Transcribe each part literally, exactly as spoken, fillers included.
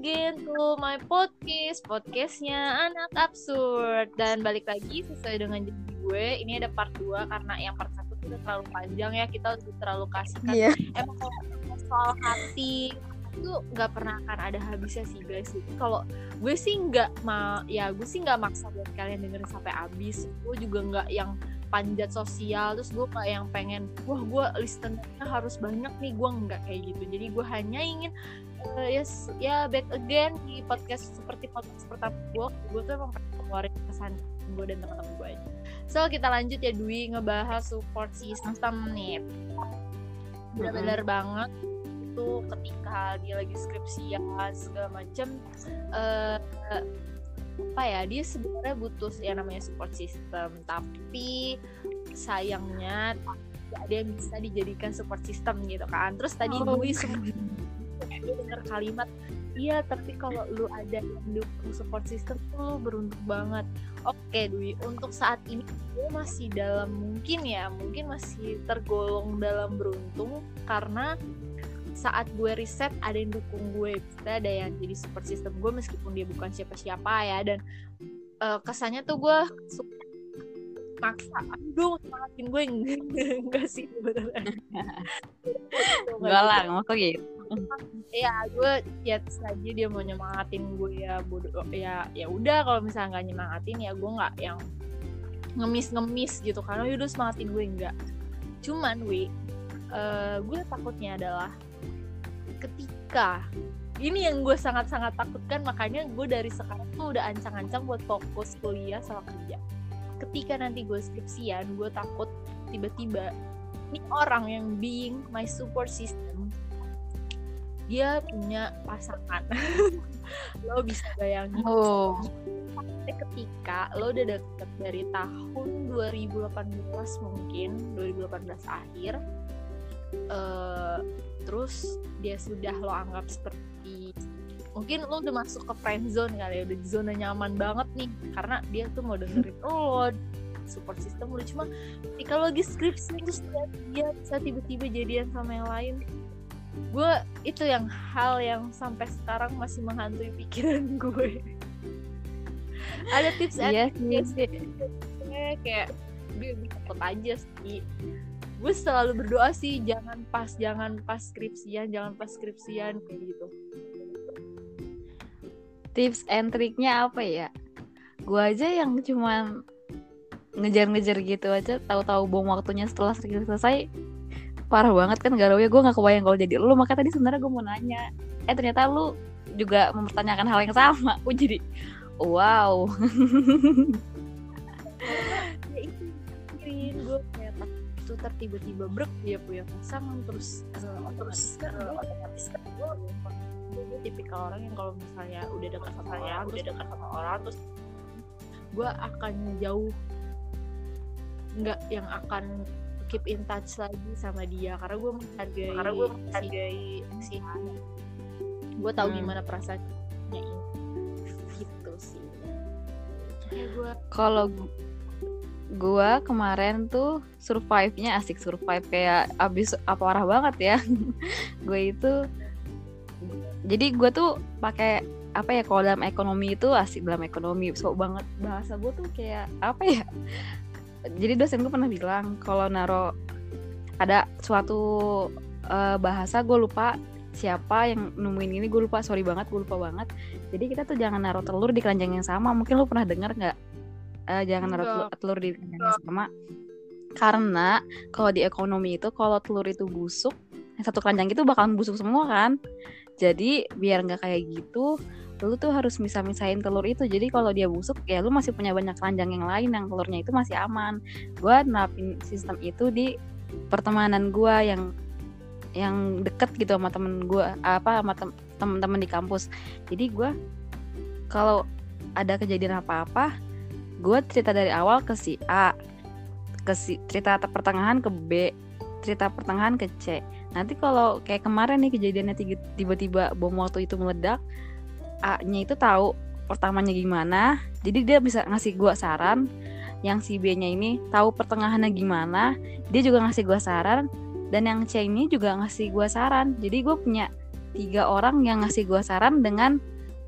again to my podcast, podcastnya Anak Absurd. Dan balik lagi sesuai dengan janji gue, ini ada part dua karena yang part satu udah terlalu panjang ya, kita udah terlalu kasihkan. Iya. Emang kalau soal hati itu nggak pernah akan ada habisnya sih guys. Jadi kalau gue sih nggak ma, ya gue sih nggak maksa buat kalian dengerin sampai habis. Gue juga nggak yang panjat sosial, terus gue kayak yang pengen, wah gue listenernya harus banyak nih, gue nggak kayak gitu. Jadi gue hanya ingin uh, yes, ya back again di podcast seperti podcast pertama gue, gue tuh emang pengen keluarin kesan gue dan teman-teman gue aja. So kita lanjut ya Dwi, ngebahas support system nih. Benar-benar mm-hmm. banget itu ketika dia lagi skripsian segala macem, uh, apa ya, dia sebenarnya butuh yang namanya support system, tapi sayangnya tidak ada yang bisa dijadikan support system gitu kan. Terus tadi oh. gue sempat dengar kalimat, iya tapi kalau lu ada yang dukung support system tuh lu beruntung banget. Oke Dwi, untuk saat ini gue masih dalam mungkin ya mungkin masih tergolong dalam beruntung, karena saat gue riset ada yang dukung gue, ada yang jadi support system gue meskipun dia bukan siapa-siapa ya. Dan uh, kesannya tuh gue suka maksa, aduh semangatin gue enggak sih sebenarnya. Enggak lah, ngomong gitu. Ya gue ya saja dia mau nyemangatin gue ya bodoh ya, ya udah kalau misalnya nggak nyemangatin ya gue nggak yang ngemis-ngemis gitu karena udah semangatin gue, enggak. Cuman wi uh, gue takutnya adalah ketika ini yang gue sangat-sangat takutkan, makanya gue dari sekarang tuh udah ancang-ancang buat fokus kuliah sama kerja. Ketika nanti gue skripsian, gue takut tiba-tiba ini orang yang being my support system dia punya pasangan. Lo bisa bayangin oh. ketika lo udah deket dari tahun dua ribu delapan belas mungkin dua ribu delapan belas akhir, uh, terus dia sudah lo anggap seperti mungkin lo udah masuk ke friend zone kali ya, udah di zona nyaman banget nih karena dia tuh mau dengerin lo, support system lo. Cuma ketika lo lagi skripsi terus dia bisa tiba-tiba jadian sama yang lain, gue itu yang hal yang sampai sekarang masih menghantui pikiran gue. Ada tips and tricks kayak gue takut aja sih. Gue selalu berdoa sih jangan pas jangan pas skripsian, jangan pas skripsian kayak gitu. Tips and triknya apa ya? Gue aja yang cuman ngejar-ngejar gitu aja, tahu-tahu bom waktunya setelah skripsi selesai. Parah banget kan galau ya, gue nggak kebayang kalau jadi lu. Makanya tadi sebenarnya gue mau nanya, eh ternyata lu juga mempertanyakan hal yang sama. Gue jadi wow. Ya itu pikirin gue kayak itu tiba-tiba brek dia punya pasangan, terus uh, otomatis kan uh, otomatis kan gue gue tipikal orang yang kalau misalnya udah dekat sama orang, udah dekat sama orang terus gue akan jauh, nggak yang akan keep in touch lagi sama dia karena gue menghargai karena gue menghargai si, si gue tahu hmm. gimana perasaannya ini gitu sih. Kayak gue kalau gue kemarin tuh survive-nya asik, survive kayak abis apa parah banget ya. Gue itu jadi gue tuh pakai apa ya, kalau dalam ekonomi itu asik, dalam ekonomi sok banget bahasa gue tuh kayak apa ya. Jadi dosen gue pernah bilang kalau naro ada suatu uh, bahasa, gue lupa siapa yang nemuin ini, gue lupa, sorry banget, gue lupa banget. Jadi kita tuh jangan naruh telur di keranjang yang sama. Mungkin lu pernah dengar nggak? Uh, jangan naruh telur, telur di keranjang yang sama. Karena kalau di ekonomi itu kalau telur itu busuk, yang satu keranjang itu bakalan busuk semua kan. Jadi biar nggak kayak gitu, lu tuh harus misah-misahin telur itu. Jadi kalau dia busuk ya lu masih punya banyak keranjang yang lain yang telurnya itu masih aman. Gue nerapin sistem itu di pertemanan gue yang yang deket gitu sama temen gue, apa sama tem- temen-temen di kampus. Jadi gue kalau ada kejadian apa-apa, gue cerita dari awal ke si A, ke si, cerita pertengahan ke B, cerita pertengahan ke C. Nanti kalau kayak kemarin nih kejadiannya tiba-tiba bom waktu itu meledak, A-nya itu tahu pertamanya gimana, jadi dia bisa ngasih gue saran. Yang si B-nya ini tahu pertengahannya gimana, dia juga ngasih gue saran. Dan yang C ini juga ngasih gue saran. Jadi gue punya tiga orang yang ngasih gue saran dengan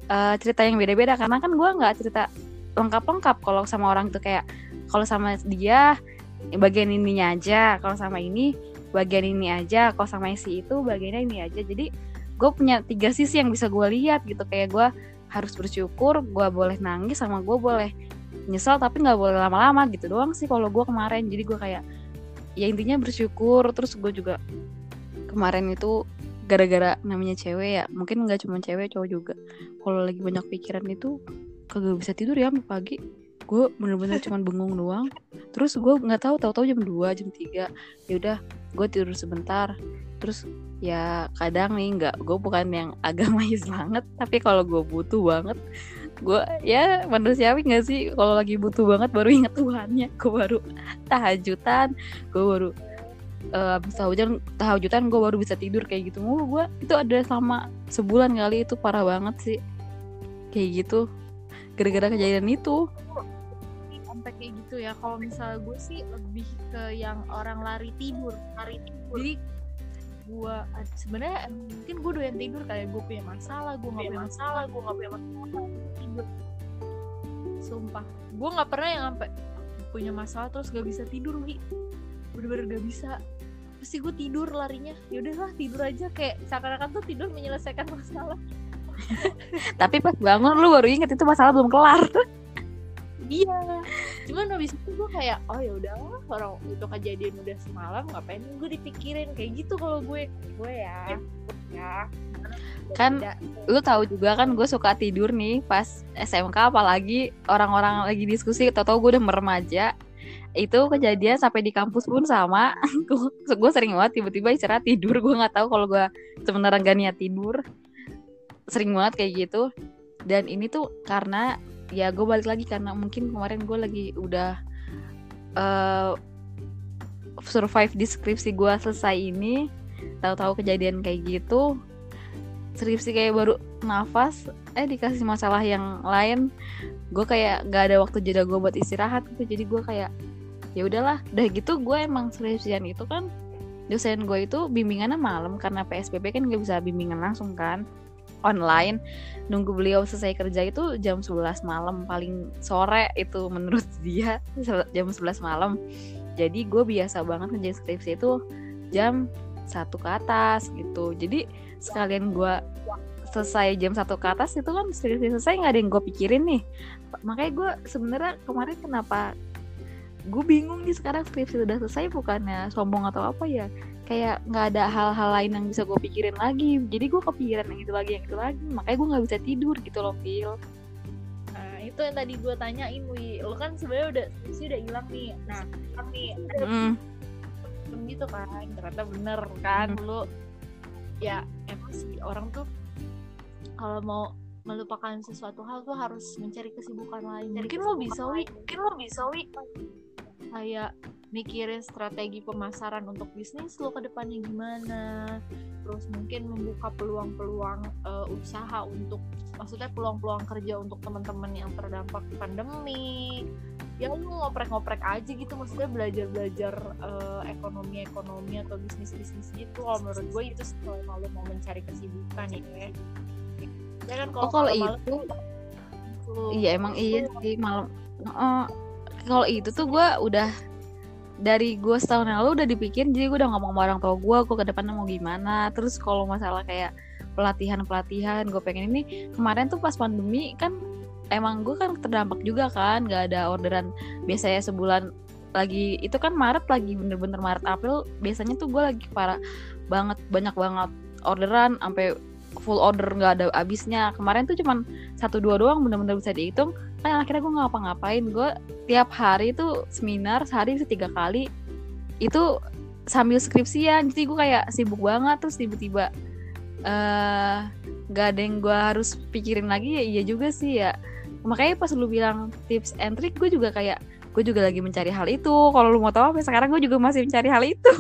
uh, cerita yang beda-beda karena kan gue nggak cerita lengkap-lengkap. Kalau sama orang itu kayak kalau sama dia bagian ininya aja, kalau sama ini bagian ini aja, kalau sama si itu bagiannya ini aja. Jadi gue punya tiga sisi yang bisa gue lihat gitu. Kayak gue harus bersyukur, gue boleh nangis, sama gue boleh nyesel tapi nggak boleh lama-lama gitu doang sih kalau gue kemarin. Jadi gue kayak ya intinya bersyukur. Terus gue juga kemarin itu gara-gara namanya cewek ya, mungkin nggak cuma cewek, cowok juga, kalau lagi banyak pikiran itu kagak bisa tidur ya sampai pagi. Gue bener-bener cuma bengong doang. Terus gue nggak tahu, tahu-tahu jam dua, jam tiga, ya udah gue tidur sebentar. Terus ya kadang nih nggak, gue bukan yang agamais banget, tapi kalau gue butuh banget, gue ya manusiawi nggak sih, kalau lagi butuh banget baru inget Tuhannya, gue baru tahajudan, gue baru uh, abis tahajudan tahajudan gue baru bisa tidur kayak gitu. Mulu gue itu ada selama sebulan kali, itu parah banget sih kayak gitu gara-gara kejadian itu. Sampai kayak gitu ya. Kalau misalnya gue sih lebih ke yang orang lari tidur, lari tidur. Jadi gue sebenarnya mungkin gue doyan tidur, kayak gue punya masalah, gue nggak punya masalah, gue nggak punya masalah tidur. Sumpah, gue nggak pernah yang sampai punya masalah terus gak bisa tidur, Wi. Bener-bener gak bisa. Pasti gue tidur larinya. Ya udahlah tidur aja, kayak seakan-akan tuh tidur menyelesaikan masalah. Tapi pas bangun lu baru inget itu masalah belum kelar. Iya, cuman habis itu gue kayak oh ya udahlah, orang itu kejadian udah semalam, ngapain gue dipikirin kayak gitu. Kalau gue gue ya ya kan tidak. Lu tahu juga kan gue suka tidur nih pas S M K, apalagi orang-orang lagi diskusi, tau-tau gue udah meremaja. Itu kejadian sampai di kampus pun sama. Gue sering banget tiba-tiba istirahat tidur, gue nggak tahu kalau gue sebenarnya gak niat tidur. Sering banget kayak gitu. Dan ini tuh karena ya gue balik lagi karena mungkin kemarin gue lagi udah uh, survive di skripsi gue selesai ini, tahu-tahu kejadian kayak gitu, skripsi kayak baru nafas, eh dikasih masalah yang lain, gue kayak nggak ada waktu jeda gue buat istirahat gitu. Jadi gue kayak ya udahlah, udah gitu gue emang skripsian itu kan dosen gue itu bimbingannya malam karena P S B B kan nggak bisa bimbingan langsung kan, online. Nunggu beliau selesai kerja itu jam sebelas malam, paling sore itu menurut dia jam sebelas malam. Jadi gue biasa banget ngerjain skripsi itu jam satu ke atas gitu. Jadi sekalian gue selesai jam satu ke atas itu kan skripsi selesai, nggak ada yang gue pikirin nih. Makanya gue sebenarnya kemarin kenapa gue bingung nih sekarang skripsi udah selesai, bukannya sombong atau apa ya, kayak nggak ada hal-hal lain yang bisa gue pikirin lagi. Jadi gue kepikiran yang itu lagi, yang itu lagi, makanya gue nggak bisa tidur gitu loh, Phil. Nah itu yang tadi gue tanyain, Wi, lo kan sebenarnya udah sih udah hilang nih. Nah tapi mm. gitu kan, ternyata bener kan. mm. Lo ya emang sih orang tuh kalau mau melupakan sesuatu hal tuh harus mencari kesibukan lain. Mungkin lo bisa, Wi, mungkin lo bisa, Wi, kayak mikirin strategi pemasaran untuk bisnis lo ke depannya gimana. Terus mungkin membuka peluang-peluang uh, usaha untuk, maksudnya peluang-peluang kerja untuk teman-teman yang terdampak pandemi. Ya lo ngoprek-ngoprek aja gitu, maksudnya belajar-belajar uh, ekonomi-ekonomi atau bisnis-bisnis gitu. Kalau menurut gue itu kalau lo mau mencari kesibukan ya. Ya kan kalau, oh, kalau itu itu iya emang iya sih malam. Uh, kalau itu tuh gue udah dari gue setahun yang lalu udah dipikirin. Jadi gue udah ngomong sama orang tua gue, gue ke depannya mau gimana. Terus kalau masalah kayak pelatihan-pelatihan, gue pengen ini. Kemarin tuh pas pandemi kan emang gue kan terdampak juga kan, gak ada orderan. Biasanya sebulan lagi, itu kan Maret lagi bener-bener Maret April, biasanya tuh gue lagi parah banget, banyak banget orderan, sampai full order nggak ada habisnya. Kemarin tuh cuman satu dua doang bener-bener bisa dihitung. Kan akhirnya gue nggak ngapa-ngapain. Gue tiap hari tuh seminar, sehari bisa tiga kali. Itu sambil skripsian. Jadi gue kayak sibuk banget. Terus tiba-tiba nggak uh, ada yang gue harus pikirin lagi. Ya iya juga sih ya. Makanya pas lu bilang tips and trick, gue juga kayak gue juga lagi mencari hal itu. Kalau lu mau tahu apa, sekarang gue juga masih mencari hal itu.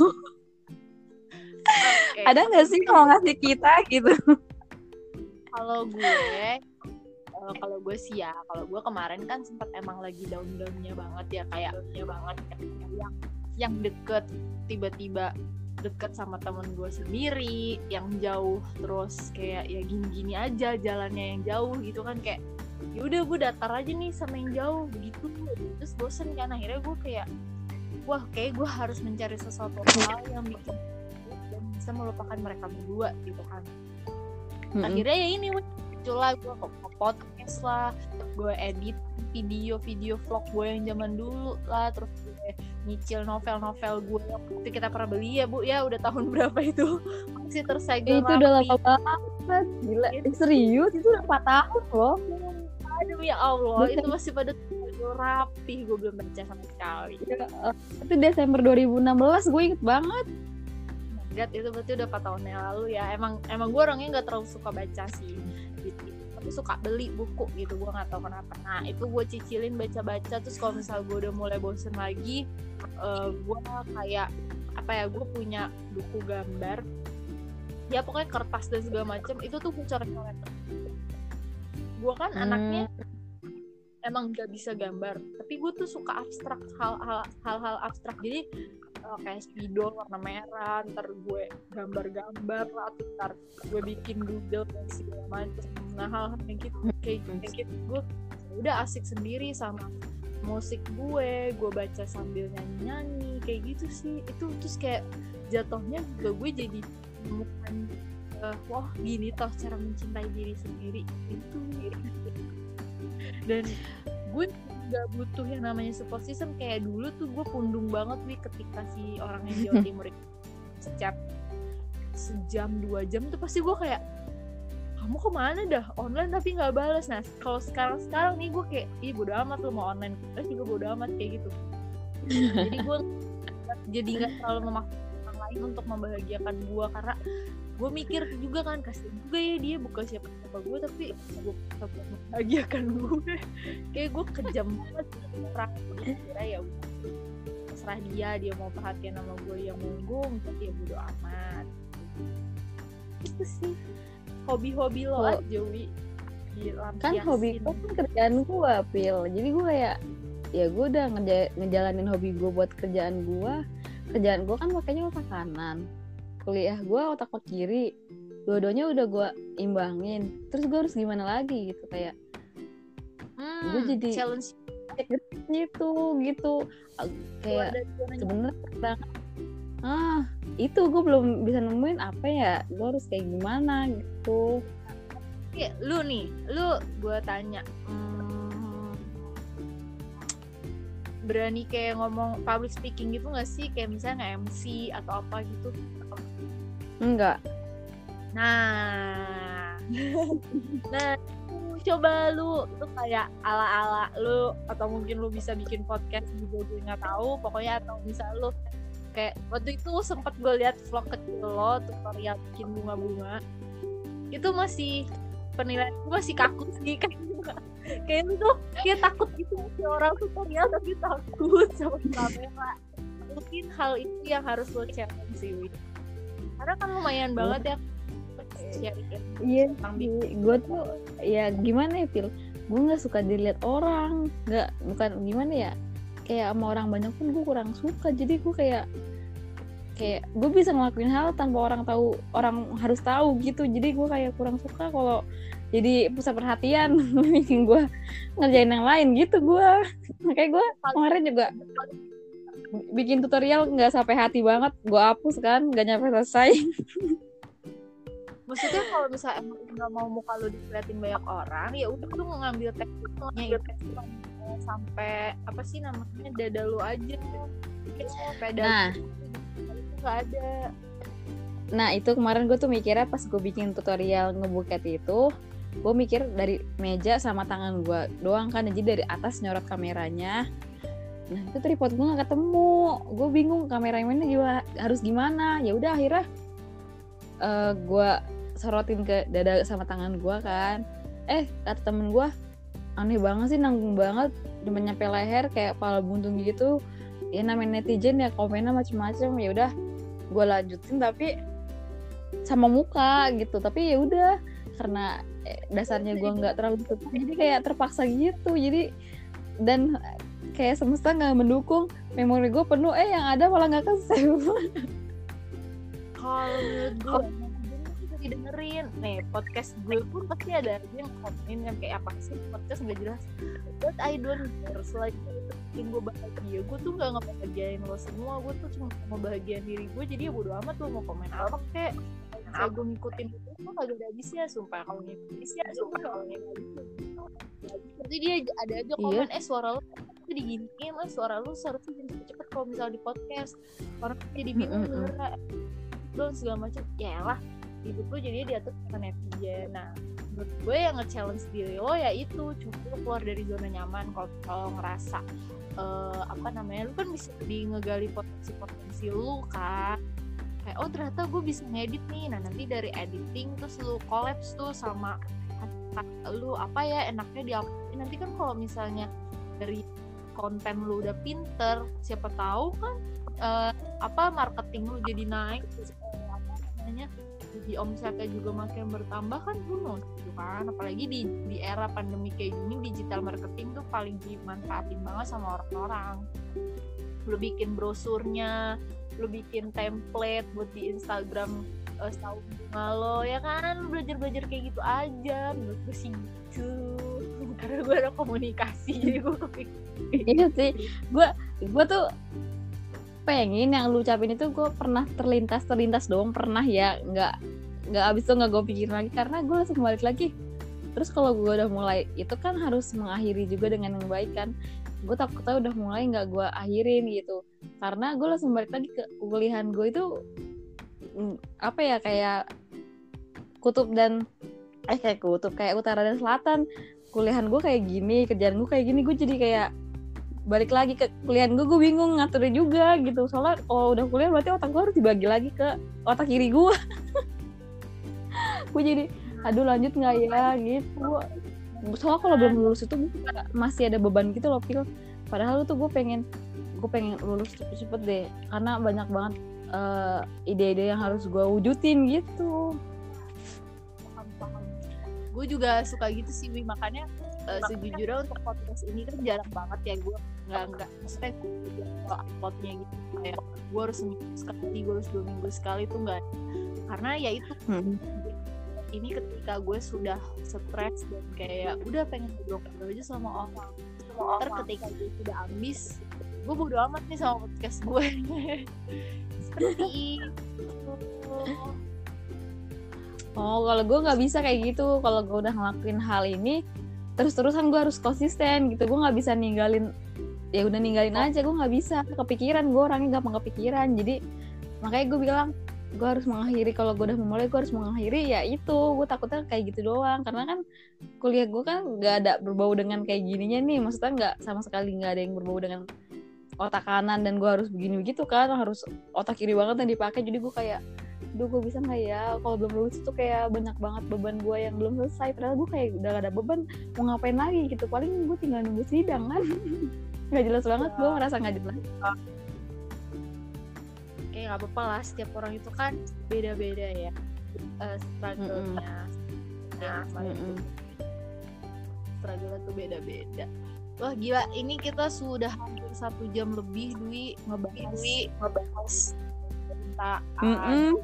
Okay. Ada nggak sih kalau ngasih kita gitu? Kalau gue, uh, kalau gue sih ya, kalau gue kemarin kan sempat emang lagi down-downnya banget ya, kayak downnya banget, kayak yang yang deket tiba-tiba deket sama temen gue sendiri yang jauh, terus kayak ya gini-gini aja jalannya yang jauh gitu kan, kayak ya udah gue datar aja nih sama yang jauh begitu, terus bosen kan. Akhirnya gue kayak wah kayak gue harus mencari sesuatu hal yang bikin dan bisa melupakan mereka berdua gitu kan. Mm-hmm. Akhirnya ya ini muncullah gue ke podcast lah, gue edit video-video vlog gue yang zaman dulu lah, terus gue nyicil novel-novel gue yang waktu kita pernah beli ya Bu ya, udah tahun berapa itu masih tersegel itu udah lama banget, gila gitu. Serius itu udah empat tahun loh. Aduh ya Allah, itu masih pada rapi, gue belum baca sama sekali. Ya, uh, itu Desember dua ribu enam belas, gue inget banget. Gak, itu berarti udah empat tahun yang lalu ya. Emang emang gue orangnya nggak terlalu suka baca sih, gitu. Tapi suka beli buku gitu, gue nggak tahu kenapa. Nah itu gue cicilin baca-baca, terus kalau misal gue udah mulai bosen lagi, uh, gue kayak apa ya, gue punya buku gambar, ya pokoknya kertas dan segala macam itu tuh gue coret-coret. Gue kan hmm. anaknya emang gak bisa gambar, tapi gue tuh suka abstrak, hal-hal hal-hal abstrak. Jadi uh, kayak spidol warna merah, ntar gue gambar-gambar lah, atau ntar gue bikin doodle dan segala macam. Nah hal-hal yang gitu, kayak gitu gue udah asik sendiri sama musik gue, gue baca sambil nyanyi-nyanyi kayak gitu sih. Itu terus kayak jatuhnya juga gue jadi menemukan uh, wah gini toh cara mencintai diri sendiri itu. Dan gue gak butuh yang namanya support system. Kayak dulu tuh gue pundung banget nih ketika si orang yang Jawa Timur itu chat sejam dua jam tuh pasti gue kayak kamu kemana dah online tapi nggak balas. Nah kalau sekarang sekarang nih gue kayak ih bodo amat lu mau online terus juga bodo amat kayak gitu. Jadi gue jadi nggak terlalu memaksa orang lain untuk membahagiakan gue, karena gue mikir juga kan kasihan juga ya dia bukan siapa-siapa gue tapi gue bisa membahagiakan gue. Kayak gue kejam banget terakhir kira ya udah terserah dia, dia mau perhatian sama gue yang munggung tapi ya bodo amat. Itu sih hobi-hobi lo oh. aja Wi kan hobi gue kan kerjaan gue Pil, jadi gue kayak ya gue udah ngeja- ngejalanin hobi gue buat kerjaan gue. Kerjaan gue kan makanya otak kanan, kuliah gue otak kiri, dua-duanya udah gue imbangin. Terus gue harus gimana lagi gitu, kayak hmm, gue jadi challenge gitu gitu kayak sebenarnya ah itu gue belum bisa nemuin apa ya gue harus kayak gimana gitu. Oke, lu nih lu gue tanya hmm, berani kayak ngomong public speaking gitu nggak sih, kayak misalnya nge-M C atau apa gitu? Enggak. Nah nah coba lu itu kayak ala-ala lu, atau mungkin lu bisa bikin podcast juga gue nggak tahu pokoknya, atau misal lu kayak waktu itu sempat gue lihat vlog kecil lo tutorial bikin bunga-bunga itu, masih penilaian gue masih kaku sih kayak kayak lu tuh kayak takut gitu sih orang tutorial tapi takut sama kamera. Mungkin hal itu yang harus lo challenge sih Wi, karena kan lumayan banget ya. Iya sih, gue tuh ya gimana ya Pil, gue nggak suka dilihat orang, nggak bukan gimana ya, kayak sama orang banyak pun gue kurang suka. Jadi gue kayak kayak gue bisa ngelakuin hal tanpa orang tahu, orang harus tahu gitu. Jadi gue kayak kurang suka kalau jadi pusat perhatian. Bikin gue ngerjain yang lain gitu gue. Makanya gue kemarin juga bikin tutorial nggak sampai hati banget, gue hapus kan, nggak nyampe selesai. Maksudnya kalau misalnya emang nggak mau muka lu diliatin banyak orang, ya udah lu ngambil teksturnya itu sampai apa sih namanya dada lu aja, sampai dada nah. Itu nggak ada. Nah itu kemarin gue tuh mikirnya pas gue bikin tutorial ngebuket itu, gue mikir dari meja sama tangan gue doang kan, jadi dari atas nyorot kameranya. Nah itu tripod gue nggak ketemu, gue bingung kamera yang mana gimana, harus gimana. Ya udah akhirnya uh, gue sorotin ke dada sama tangan gue kan. Eh kata temen gue, aneh banget sih, nanggung banget, cuma nyampe leher kayak kepala buntung gitu. Ya namanya netizen ya komennya macem-macem. Ya udah gue lanjutin tapi sama muka gitu. Tapi ya udah karena dasarnya gue nggak terlalu tutup, jadi kayak terpaksa gitu. Jadi dan kayak semesta nggak mendukung, memori gue penuh, eh yang ada malah nggak ke-save. kalau menurut gue bisa didengerin nih podcast gue pun pasti ada aja yang komen yang kayak apa sih podcast nggak jelas, but I don't care, selagi itu bikin gue bahagia. Gue tuh nggak ngebahagiain lo semua, gue tuh cuma mau bahagiain diri gue, jadi ya bodo amat lo mau komen apa kek. Saya gue ngikutin itu tuh kagak ada habisnya, sumpah. Kalau ngikutin ya sumpah kalau ngikutin jadi dia ada aja komen iya. eh suara lu tuh diginiin, eh suara lu seharusnya cepet-cepet kalau misalnya di podcast orang jadi bingung mm-hmm. bener belum segala macam. Ya lah hidup lu jadinya diatur sama netizen. Nah menurut gue yang nge-challenge diri lo ya itu coba keluar dari zona nyaman. Kalau kalau ngerasa uh, apa namanya, lu kan bisa di ngegali potensi-potensi lu kan, kayak oh ternyata gue bisa ngedit nih. Nah nanti dari editing terus lu collapse tuh sama lu apa ya enaknya diapain. Nanti kan kalau misalnya dari konten lu udah pinter, siapa tahu kan uh, apa marketing lu jadi naik, terus uh, apa namanya jadi omsetnya juga makin bertambah kan, bunuh gitu kan. Apalagi di di era pandemi kayak gini, digital marketing tuh paling dimanfaatin banget sama orang-orang. Lu bikin brosurnya, lu bikin template buat di Instagram uh, setahun lo ya kan, belajar-belajar kayak gitu aja menurut gue sih gitu. Karena gue ada komunikasi jadi gue kepikiran. Iya sih, gue gue tuh pengen yang lu ucapin itu gue pernah terlintas terlintas doang pernah ya, nggak nggak abis itu nggak gue pikirin lagi karena gue langsung balik lagi. Terus kalau gue udah mulai itu kan harus mengakhiri juga dengan yang baik kan, gue takutnya udah mulai nggak gue akhirin gitu karena gue langsung balik lagi ke kuliahan gue itu apa ya kayak kutub dan eh kayak kutub kayak utara dan selatan. Kuliahan gue kayak gini, kerjaan gue kayak gini, gue jadi kayak balik lagi ke kuliahan gue, gue bingung ngaturnya juga gitu. Soalnya kalau udah kuliah berarti otak gue harus dibagi lagi ke otak kiri gue. Gue jadi aduh lanjut nggak ya gitu. Soalnya kalau belum lulus itu masih ada beban gitu loh, Pil. Padahal tuh gue pengen gue pengen lulus cepet-cepet deh karena banyak banget uh, ide-ide yang harus gue wujudin gitu. Gue juga suka gitu sih, makanya uh, sejujurnya untuk podcast ini kan jarang banget ya gue nggak nggak maksudnya kalau uploadnya gitu kayak gue harus seminggu sekali, gue harus dua minggu sekali tuh nggak, karena ya itu hmm. ini ketika gue sudah stres dan kayak udah pengen ngobrol aja sama orang, ntar ketika gue sudah ambis gue bodo amat nih sama podcast gue. Seperti itu. Oh, kalau gue nggak bisa kayak gitu. Kalau gue udah ngelakuin hal ini, terus-terusan gue harus konsisten gitu. Gue nggak bisa ninggalin, ya udah ninggalin aja. Gue nggak bisa. Kepikiran, gue orangnya gampang kepikiran. Jadi makanya gue bilang, gue harus mengakhiri. Kalau gue udah memulai, gue harus mengakhiri. Ya itu, gue takutnya kayak gitu doang. Karena kan kuliah gue kan nggak ada berbau dengan kayak gininya nih. Maksudnya nggak sama sekali nggak ada yang berbau dengan otak kanan dan gue harus begini begitu kan. Harus otak kiri banget yang dipakai. Jadi gue kayak, duh gue bisa nggak ya, kalau belum lulus itu kayak banyak banget beban gue yang belum selesai, padahal gue kayak udah gak ada beban, mau ngapain lagi gitu, paling gue tinggal nunggu sidang kan. Nggak jelas banget, gue merasa nggak jelas. Oke, nggak apa-apa lah, setiap orang itu kan beda-beda ya uh, struggle-nya. Nah, mm-hmm. struggle itu beda-beda. Wah gila, ini kita sudah hampir satu jam lebih Dwi ngebahas Dwi ngebahas Mm-mm.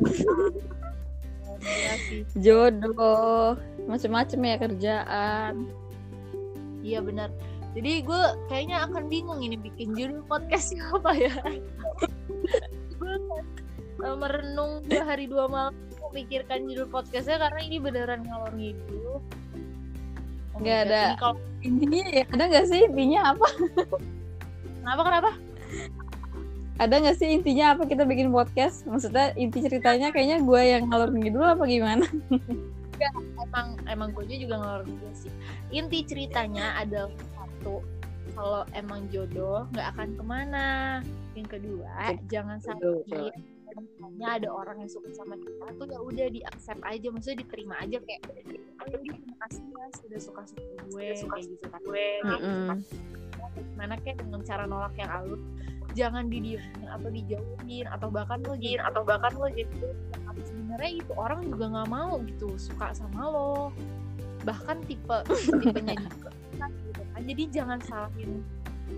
jodoh, macam-macam ya kerjaan. Iya benar. Jadi gue kayaknya akan bingung ini bikin judul podcastnya apa ya. Gue uh, merenung dua hari dua malam memikirkan judul podcastnya karena ini beneran ngalor ngidul. Oh nggak ada. Kalau intinya ya ada nggak sih intinya apa? Kenapa kenapa? Ada nggak sih intinya apa kita bikin podcast? Maksudnya inti ceritanya kayaknya gue yang ngalor ngidul apa gimana? Enggak, emang emang gue juga ngalor ngidul sih. Inti ceritanya adalah satu, kalau emang jodoh nggak akan kemana. Yang kedua, Cuk. jangan sampai misalnya ada orang yang suka sama kita tuh ya udah di accept aja, maksudnya diterima aja kayak, oh terima kasih ya sudah suka sama gue, suka kayak gitu kan gue. Gimana kayak dengan cara nolak yang halus. Jangan didiemin atau dijauhin atau bahkan lo jin atau bahkan lo gitu. Sebenarnya itu orang juga nggak mau gitu suka sama lo, bahkan tipe tipenya juga gitu kan. Jadi jangan salahin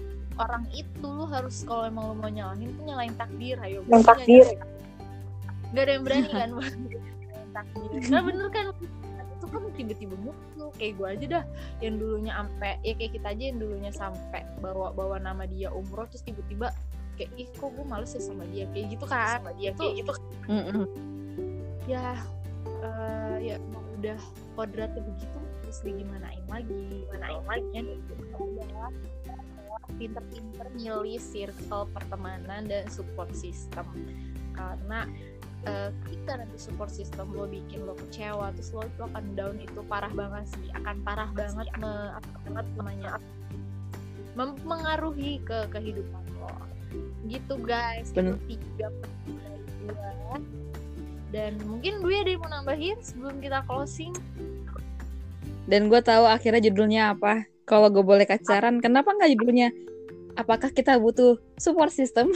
orang itu, lo harus kalau emang lo mau nyalahin tuh nyalain takdir. Ayo takdir nggak ada yang berani kan takdir. Nah bener kan, itu kan tiba-tiba muncul. Kayak gue aja dah yang dulunya sampai ya kayak kita aja yang dulunya sampai bawa bawa nama dia umroh, terus tiba-tiba kayak ih kok gue males ya sama dia kayak gitu kan, sama dia kayak gitu Mm-mm. ya uh, ya emang udah kodratnya begitu, terus digimanain lagi gimanain lagi ya. Adalah pinter-pinter milih circle pertemanan dan support system, karena uh, ketika nanti support system lo bikin lo kecewa, terus lo itu akan down, itu parah banget sih, akan parah banget me, apa banget namanya mempengaruhi ke kehidupan lo gitu guys. Bener. Itu tiga penting dari gua, dan mungkin gue ada yang mau nambahin sebelum kita closing. Dan gue tahu akhirnya judulnya apa. Kalau gue boleh kacaran, kenapa nggak judulnya apakah kita butuh support system?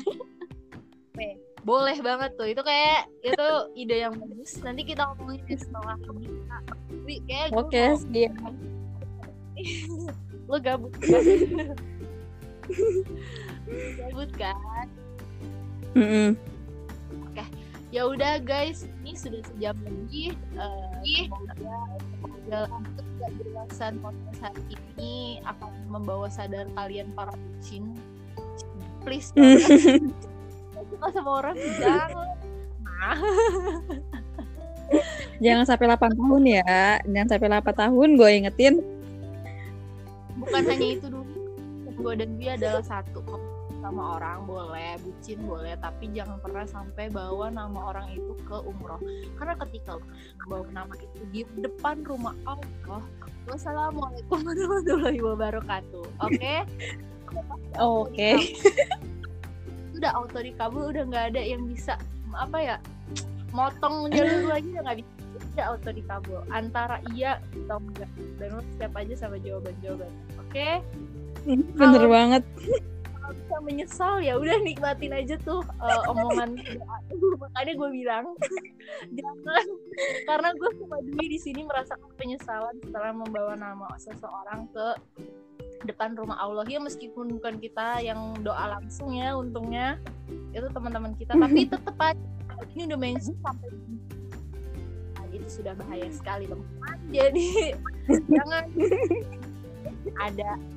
Boleh banget tuh, itu kayak itu ide yang bagus. Nanti kita ngomongin setelah ini. Tapi kayak gue Oke, mau siap. lo gabut kan? Gabut kan? Mm-mm. Ya udah guys, ini sudah sejam lebih. Uh, semoga semoga untuk kejelasan podcast hari ini akan membawa sadar kalian para bucin. Please jangan suka sama orang, jangan. Nah. Jangan sampai delapan tahun ya. Jangan sampai delapan tahun, gue ingetin. Bukan hanya itu dulu. Gue dan dia adalah satu. Sama orang boleh, bucin boleh, tapi jangan pernah sampai bawa nama orang itu ke umroh. Karena ketika lo bawa nama itu di depan rumah Allah, wassalamualaikum warahmatullahi wabarakatuh. Oke? Okay? Oke. Okay. Udah auto dikabul, udah nggak ada yang bisa apa ya motong jalur lagi, udah nggak bisa. Udah auto dikabul antara iya atau enggak, dan lo siap aja sama jawaban-jawaban. Oke? Okay? Bener Kalo banget. bisa menyesal ya udah nikmatin aja tuh uh, omongan makanya gue bilang jangan, karena gue sama Dwi di sini merasakan penyesalan setelah membawa nama seseorang ke depan rumah Allah ya, meskipun bukan kita yang doa langsung ya, untungnya itu teman-teman kita, tapi tetep aja ini udah mention sampai nah, itu sudah bahaya sekali teman-teman. Jadi jangan ada